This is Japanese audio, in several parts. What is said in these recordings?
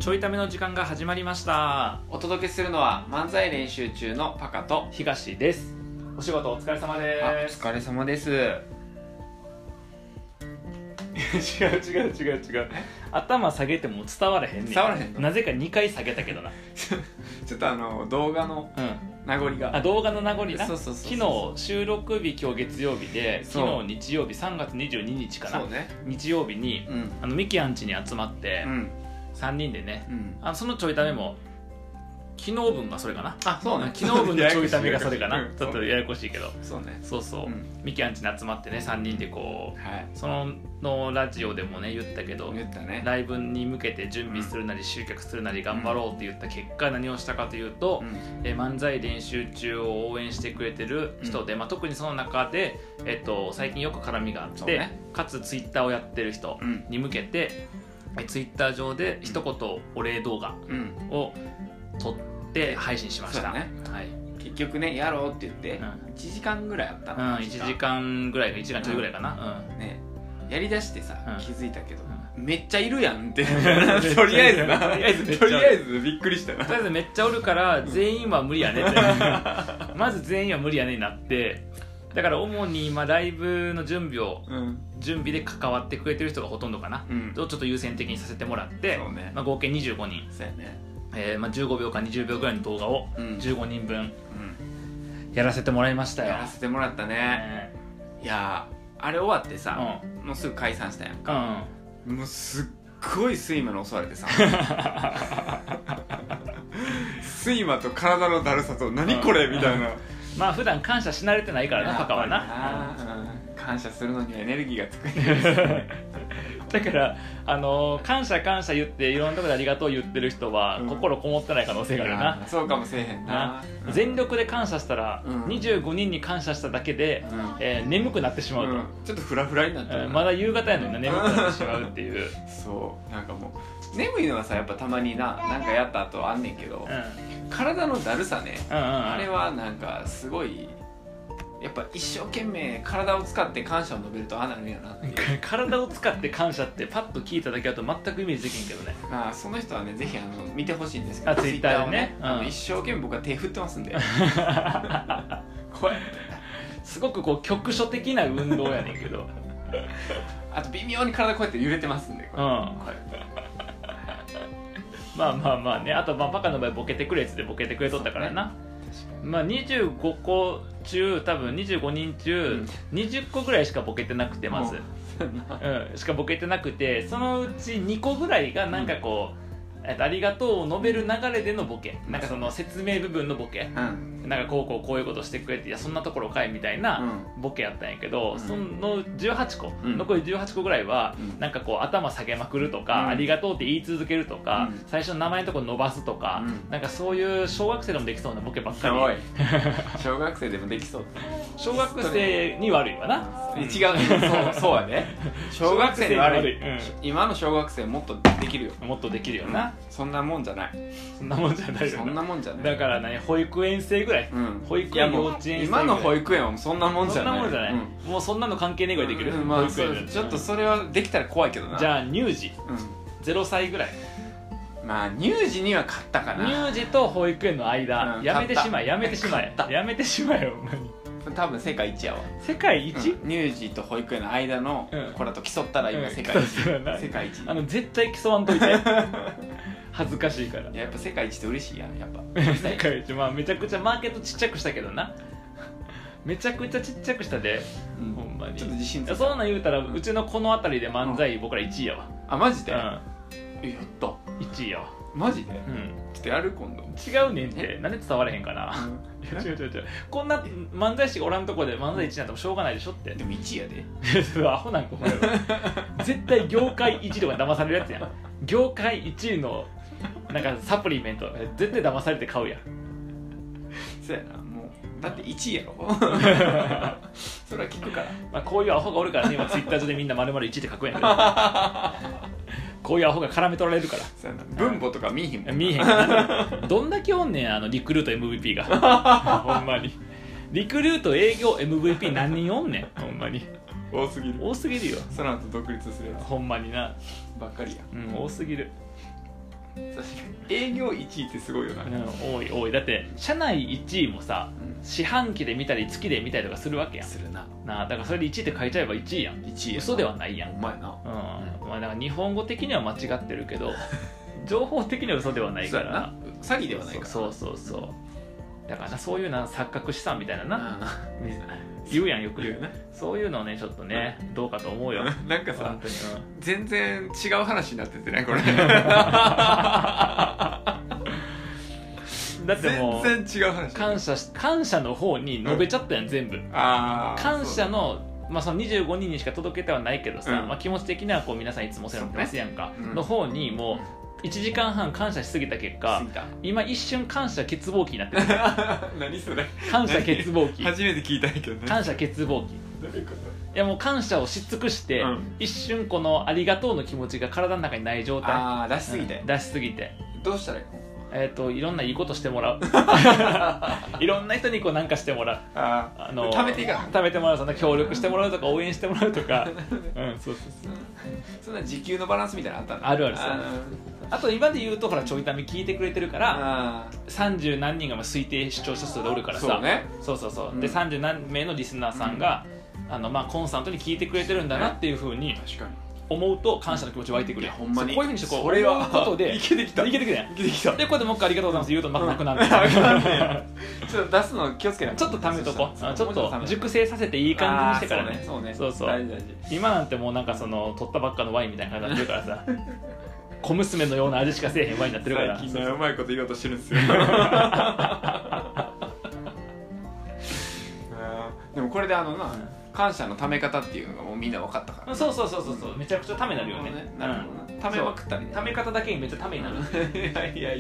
ちょいための時間が始まりました。 お届けするのは漫才練習中のパカと東です。お仕事お疲れ様です。 お疲れ様です。 違う頭下げても伝わらへんねん。 伝わらへんの。 なぜか2回下げたけどなちょっと動画の名残が、 動画の名残な。 そう昨日収録日今日月曜日で、昨日日曜日3月22日かな、 そうね、 日曜日に、ミキアン家に集まって、3人でね、そのちょいためも昨日分がそれかな。 そうね、 昨日分のちょいためがそれかなちょっとややこしいけど、 そうね、 そう、ミキアン家に集まってね、3人でこう、そのラジオでもね言ったけど、ライブに向けて準備するなり集客するなり頑張ろうって言った結果、何をしたかというと、漫才練習中を応援してくれてる人で、特にその中で、最近よく絡みがあって、かつツイッターをやってる人に向けて、ツイッター上で一言お礼動画を撮って配信しました。 結局ね、やろうって言って1時間ぐらいあったの。 1時間ぐらいか、1時間ちょいぐらいかな。 やりだしてさ、気づいたけどめっちゃいるやんってとりあえずびっくりしたな。 とりあえずめっちゃおるから全員は無理やねってまず全員は無理やねになって、だから主に今ライブの準備で関わってくれてる人がほとんどかな、ちょっと優先的にさせてもらって、合計25人、15秒か20秒ぐらいの動画を15人分やらせてもらいましたよ。 やらせてもらったね。いやあれ終わってさ、もうすぐ解散したやんか。もうすっごい睡魔に襲われてさ睡魔と体のだるさと何これみたいな。 普段感謝し慣れてないからな、パカはな。 感謝するのにはエネルギーがつくんですだから感謝言っていろんなところでありがとう言ってる人は、心こもってない可能性があるな。 そうかもしれへんな。 全力で感謝したら、25人に感謝しただけで、眠くなってしまうと、 ちょっとフラフラになってる、 まだ夕方やのに眠くなってしまうっていうそうなんかもう眠いのはさ、やっぱたまになんかやった後あんねんけど、体のだるさね、あれはなんかすごいやっぱ一生懸命体を使って感謝を述べるとああなるんやなっていう。 体を使って感謝ってパッと聞いただけだと全くイメージできんけどね。 その人はね、ぜひ見てほしいんですけど、 ツイッターをね、 一生懸命僕は手振ってますんで怖い。 すごくこう局所的な運動やねんけどあと微妙に体こうやって揺れてますんで、 まあね、あとパカの場合ボケてくれっつってボケてくれとったからな。25個中、多分25人中、20個ぐらいしかボケてなくて、まず、しかボケてなくて、そのうち2個ぐらいがなんかこう、ありがとうを述べる流れでのボケ、なんかその説明部分のボケ、なんかこういうことしてくれて、いやそんなところかいみたいなボケやったんやけど、その18個、残り18個ぐらいはなんかこう頭下げまくるとか、ありがとうって言い続けるとか、最初の名前のところ伸ばすとか、なんかそういう小学生でもできそうなボケばっかり。 小学生でもできそう。 小学生に悪いわな。 違う、そうやね。小学生に悪い。今の小学生もっとできるよ。 もっとできるよな。 そんなもんじゃない。 そんなもんじゃないよな。 そんなもんじゃない。 だからね、保育園生ぐらい。保育園幼稚園生ぐらい。 今の保育園はそんなもんじゃない。 そんなもんじゃない。もうそんなの関係ねえぐらいできる。 ちょっとそれはできたら怖いけどな。 じゃあ乳児。0歳ぐらい。 乳児には勝ったかな。 乳児と保育園の間。やめてしまえ。 多分世界一やわ。 世界一？ 乳児と保育園の間の子らと競ったら今世界一。世界一。 絶対競わんといて。恥ずかしいから。 やっぱ世界一って嬉しいやん、やっぱ。 世界一、めちゃくちゃマーケットちっちゃくしたけどな。めちゃくちゃちっちゃくしたで、ほんまに。 ちょっと自信ついた。 そんなん言うたら、うちのこの辺りで漫才僕ら1位やわ。 マジで？やった 1位やわ。 マジで？ちょっとやる今度。 違うねんって、なんで伝われへんかな。違う。こんな漫才師がおらんとこで漫才1位なんてもしょうがないでしょって。 でも1位やで。 アホなんかお前は。絶対業界1位とか騙されるやつやん。業界1位のなんかサプリメント絶対騙されて買うやん。 そうやな、もうだって1位やろそれは聞くから、 こういうアホがおるからね、今ツイッター上でみんな丸々1って書くんやけどこういうアホが絡め取られるから。 そうやな、分母とか見えへんもんな。 見えへんどんだけおんねん、リクルート MVP がほんまにリクルート営業 MVP 何人おんねん、ほんまに多すぎる。 多すぎるよ。 その後独立するやつほんまになばっかりや。 多すぎる。 営業1位ってすごいよな、 多いだって社内1位もさ、四半期で見たり月で見たりとかするわけやんするなだからそれで1位って書いちゃえば1位やん 1位嘘ではないやんお前なまあだから日本語的には間違ってるけど情報的には嘘ではないから詐欺ではないからそうだからそういうな錯覚資産みたいなな言うやんよく言うそういうのをねちょっとねどうかと思うよなんかさ全然違う話になっててねこれだってもう全然違う話感謝の方に述べちゃったやん全部感謝のまあ、その25人にしか届けてはないけどさ、まあ、気持ち的にはこう皆さんいつもお世話になってますやんか、の方にもう1時間半感謝しすぎた結果今一瞬感謝欠乏期になってる何それ感謝欠乏期初めて聞いたんやけどね感謝欠乏期いやもう感謝をし尽くして、一瞬このありがとうの気持ちが体の中にない状態出しすぎて、 出しすぎてどうしたらいいのいろんないいことしてもらういろんな人にこう何かしてもらう食べていかない食べてもらうそんな協力してもらうとか応援してもらうとかそうそんな時給のバランスみたいなのあったのあるあと今で言うとほらちょいため聞いてくれてるから30何人が推定視聴者数でおるからさそうで30何名のリスナーさんがまあコンスタントに聞いてくれてるんだなっていうふうに思うと感謝の気持ち湧いてくるほんまにこういうふうにしてこう思うことでいけてきたでこうやってもう一回ありがとうございます言うとまたなくなるちょっと出すの気をつけないちょっとためとこちょっと熟成させていい感じにしてからねそう今なんてもうなんかその取ったばっかのワインみたいな感じになってるからさ小娘のような味しかせえへんワインになってるから最近うまいこと言おうとしてるんですよでもこれで感謝のため方っていうのがもうみんな分かったからそうめちゃくちゃためになるよねなるほどねためまくったりねため方だけにめっちゃためになるいや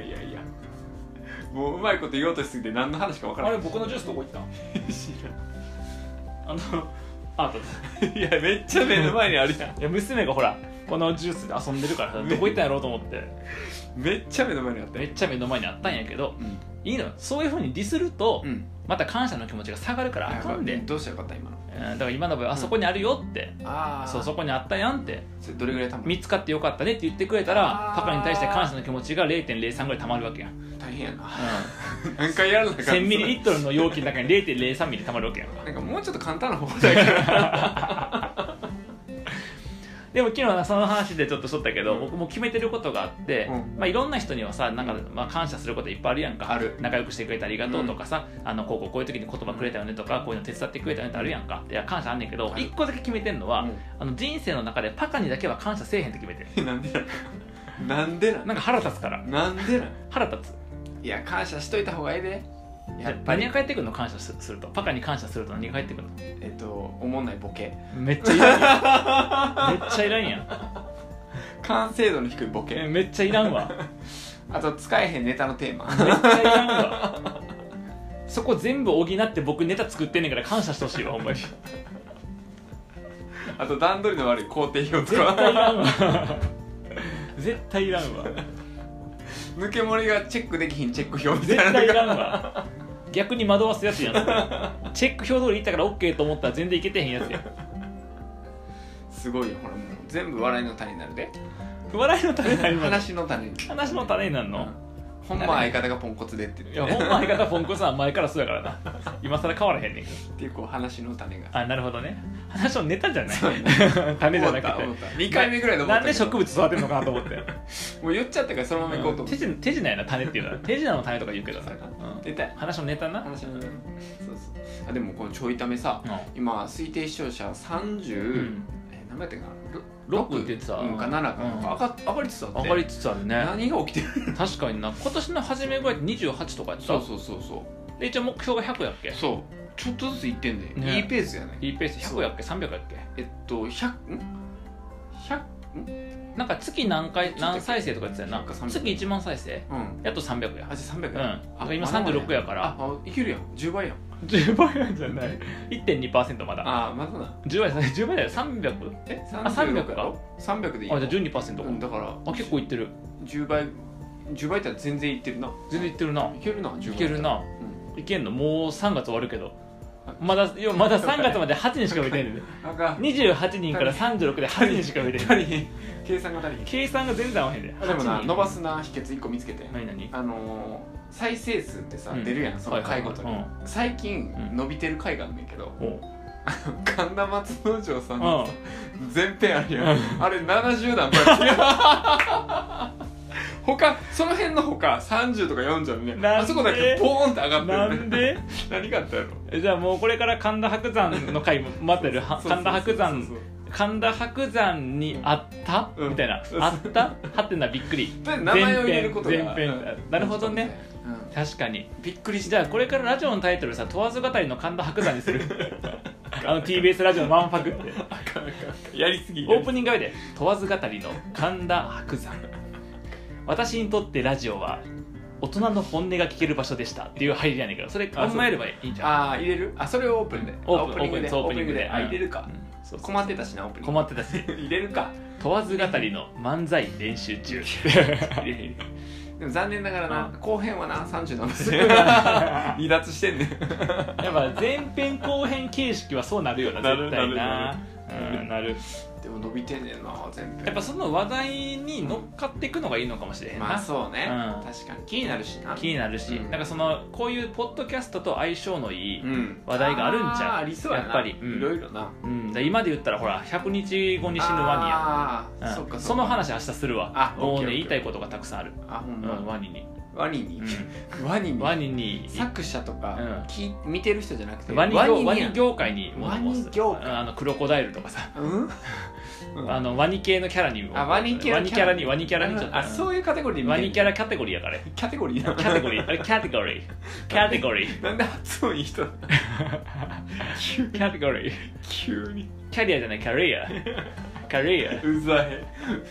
もううまいこと言おうとしすぎて何の話か分からないあれ僕のジュースどこ行った知らんいやめっちゃ目の前にあるやんいや娘がほらこのジュースで遊んでるからどこ行ったんやろうと思ってめっちゃ目の前にあっためっちゃ目の前にあったんやけど、いいのそういう風にディスると、また感謝の気持ちが下がるからあかんでどうしたらよかった今のだから今の場合あそこにあるよってそこにあったやんってどれぐらいたまる見つかってよかったねって言ってくれたらパカに対して感謝の気持ちが 0.03 ぐらいたまるわけやん大変やな何回やるのか 1000ml の容器の中に 0.03 ミリたまるわけやんかなんかもうちょっと簡単な方法だからでも昨日その話でちょっとしとったけど、僕も決めてることがあって、まあ、いろんな人にはさなんか、まあ、感謝することいっぱいあるやんか仲良くしてくれてありがとうとかさ、こういう時に言葉くれたよねとかこういうの手伝ってくれたよねってあるやんかいや感謝あんねんけど、1個だけ決めてんのは、人生の中でパカにだけは感謝せえへんって決めてるなんでなんか腹立つからなんでなん腹立ついや感謝しといた方がええでやっぱり何が返ってくるの感謝するとパカに感謝すると何が返ってくるのおもんないボケめっちゃいらんやんめっちゃいらんやん完成度の低いボケめっちゃいらんわあと使えへんネタのテーマめっちゃいらんわそこ全部補って僕ネタ作ってんねんから感謝してほしいわほんまにあと段取りの悪い工程表とか絶対いらんわ絶対いらんわ抜け漏れがチェックできひんチェック表みたいな絶対いらんわ逆に惑わすやつやんチェック表通りいったから OK と思ったら全然いけてへんやつやすごいよほらもう全部笑いの種になるで笑いの種になります話の種に話の種になるの、 ほんま相方がポンコツでって言って、 いやほんま相方ポンコツは前からそうやからな今更変わらへんねんけどっていうこう話の種がなるほどね話のネタじゃない種じゃなくて 2回目ぐらいで思ったなんで植物育てるのかなと思ってもう言っちゃったからそのまま行こうと思って、 手品やな種っていうのは手品の種とか言うけどさ、話のネタな話のネタそうでもこのちょいためさ、今推定視聴者30、何やったっけな 6って言ってたか7か上がりつつあって上がりつつあるね何が起きてる確かにな今年の初めぐらいで28とかやったそうで一応目標が100やっけそうちょっとずついってんで、いいペースやねいいペース100やっけ300やっけ 100 なんか月何再生とか言ってたよな月1万再生やっと300や 300や今36やからいけるやん10倍やん 10倍なんじゃない 1.2% まだまだな 10倍だよ300300か 300でいいじゃあ 12% だから結構いってる 10倍って全然いってるな全然いってるないけるないけるないけんのもう3月終わるけどまだ3月まで8人しか増えてないんで28人から36で8人しか増えてない。 計算が足りへん。 計算が全然合わへんで。 でもな、伸ばすな秘訣1個見つけて。 何再生数ってさ、出るやん、その回ごとに。最近伸びてる回があんねんけど、神田松之丞さんの前編あるやん、あれ70段他その辺の他30とか40あるね。あそこだけボーンって上がってるね。 なんで何があったやろ。 じゃあもうこれから神田伯山の回も待ってる。神田伯山にあったみたいな、あったはってなびっくり。 名前を入れることが前編なるほどね。確かにびっくりした。 じゃあこれからラジオのタイトルさ、問わず語りの神田伯山にする。TBS ラジオのワンパクってやりすぎ。 オープニングで問わず語りの神田伯山。私にとってラジオは大人の本音が聞ける場所でしたっていう入りやねんけど、それ考えればいいんじゃん。 入れる。それをオープンで。 オープニングで入れるか。困ってたしな、オープニング。 困ってたし。 入れるか。 問わず語りの漫才練習中。 でも残念ながらな、後編はな30なんですよ。離脱してんねん。 やっぱ前編後編形式はそうなるよな、絶対な。なる。 でも伸びてんねんな、全編。 やっぱその話題に乗っかっていくのがいいのかもしれへんな。 まあそうね、確かに気になるしな。 気になるし、なんかそのこういうポッドキャストと相性のいい話題があるんちゃう。 ありそうやな、 やっぱりいろいろな。 今で言ったらほら100日後に死ぬワニや。その話明日するわ。もうね、言いたいことがたくさんある。ワニにワニに作者とか見てる人じゃなくてワニ業界にもクロコダイルとかさ、ワニ系のキャラにもワニキャラにちょっとそういうカテゴリーでワニキャラカテゴリーやから。 カテゴリーあれカテゴリーなんで発音いい人。 カテゴリー急にキャリアじゃない、キャリアうざい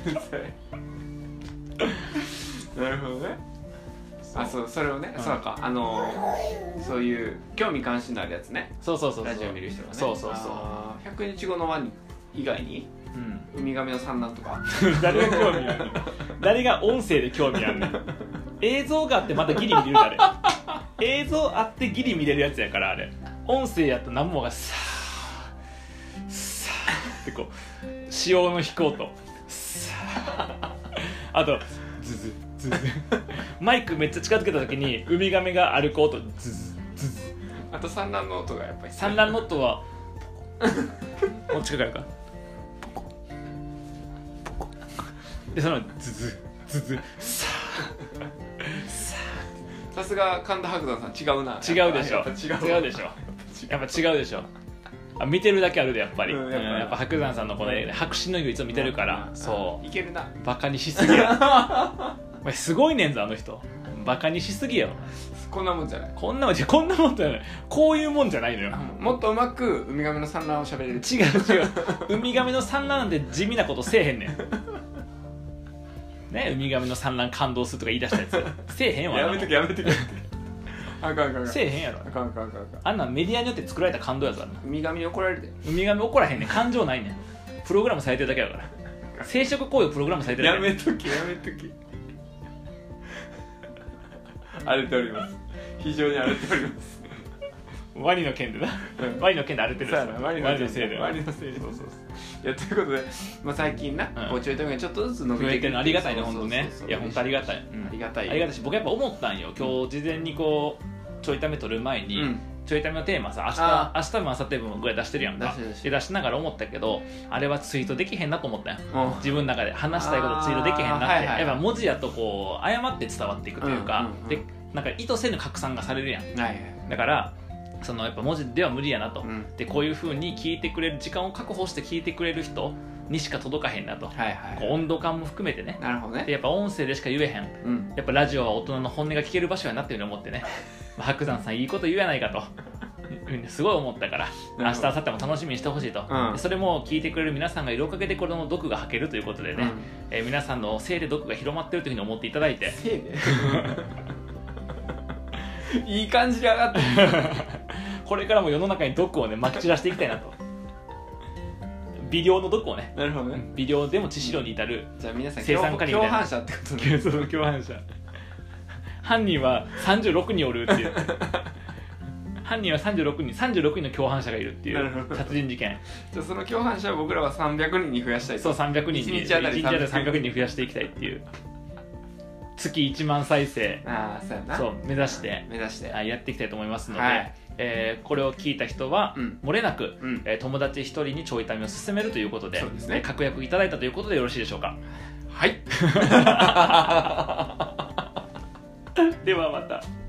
なるほどね。それをね、そうか、そういう興味関心のあるやつね。 そうラジオ見る人がね。 そう 100日後のワニ以外にウミガメの産卵とか。 誰が興味あるの。誰が音声で興味あるの。映像があってまたギリ見れるからあれ。映像あってギリ見れるやつやから、あれ音声やと何もがさーさーってこう潮の飛行とさーあとズズズズマイクめっちゃ近づけた時にウミガメが歩く音ズズズズ。 あと産卵の音がやっぱり産卵の音はもう近くやるかで、そのズズズズさあさすが神田伯山さん違うな。 違うでしょ。違うでしょ。やっぱ違うでしょ。見てるだけあるで、やっぱり。やっぱ伯山さんのこの迫真の意をいつも見てるから。そういけるな。 バカにしすぎや。すごいねんぞ、あの人。バカにしすぎやろ。 こんなもんじゃない。 こんなもんじゃない。こういうもんじゃないのよ。 もっとうまくウミガメの産卵を喋れる。 違う。ウミガメの産卵なんて地味なことせえへんねん。ね、ウミガメの産卵感動するとか言い出したやつせえへんわ。 やめとけあかんせえへんやろ。あんなんメディアによって作られた感動やつあるな。 ウミガメに怒られるで。 ウミガメ怒らへんねん。感情ないねん。プログラムされてるだけやから。生殖行為をプログラムされてるだけ。 やめとけ荒れております。非常に荒れております。 ワニの件でな、ワニの件で荒れてる。 ワニのせいで。いや、ということで、最近なちょいとめちょっとずつ伸びてくる。 ありがたいね、本当ね。いや、本当ありがたい。 ありがたいし、僕やっぱ思ったんよ。今日事前にこうちょいため撮る前にちょいためのテーマさ、明日も明後日もぐらい出してるやんか。出しながら思ったけど、あれはツイートできへんなと思ったよ。自分の中で話したいことツイートできへんなって。やっぱ文字やとこう誤って伝わっていくというか、でなんか意図せぬ拡散がされるやん。だからそのやっぱ文字では無理やなと。でこういう風に聞いてくれる時間を確保して聞いてくれる人にしか届かへんなと。こう温度感も含めてね。 なるほどね。 でやっぱ音声でしか言えへん。やっぱラジオは大人の本音が聞ける場所やなっていうのを思ってね。伯山さんいいこと言うやないかと。すごい思ったから明日明後日も楽しみにしてほしいと、それも聞いてくれる皆さんがいるおかげでこれの毒が吐けるということでね、皆さんのせいで毒が広まってるというふうに思っていただいて、 せいでいい感じで上がってるこれからも世の中に毒をねまき散らしていきたいなと。微量の毒をね。 なるほどね。 微量でも致死量に至る。 じゃあ皆さん生産カリみたいな共犯者ってことね。 共犯者。犯人は36人おるっていう犯人は36人の共犯者がいるっていう殺人事件。 じゃあその共犯者は僕らは300人に増やしたい。 そう300人に 1日あたり 300人に増やしていきたいっていう月1万再生そうやな、 そう目指してやっていきたいと思いますので、はい、これを聞いた人は、漏れなく、友達1人にちょいためを勧めるということで、そうですね、確約いただいたということでよろしいでしょうか。 はいではまた。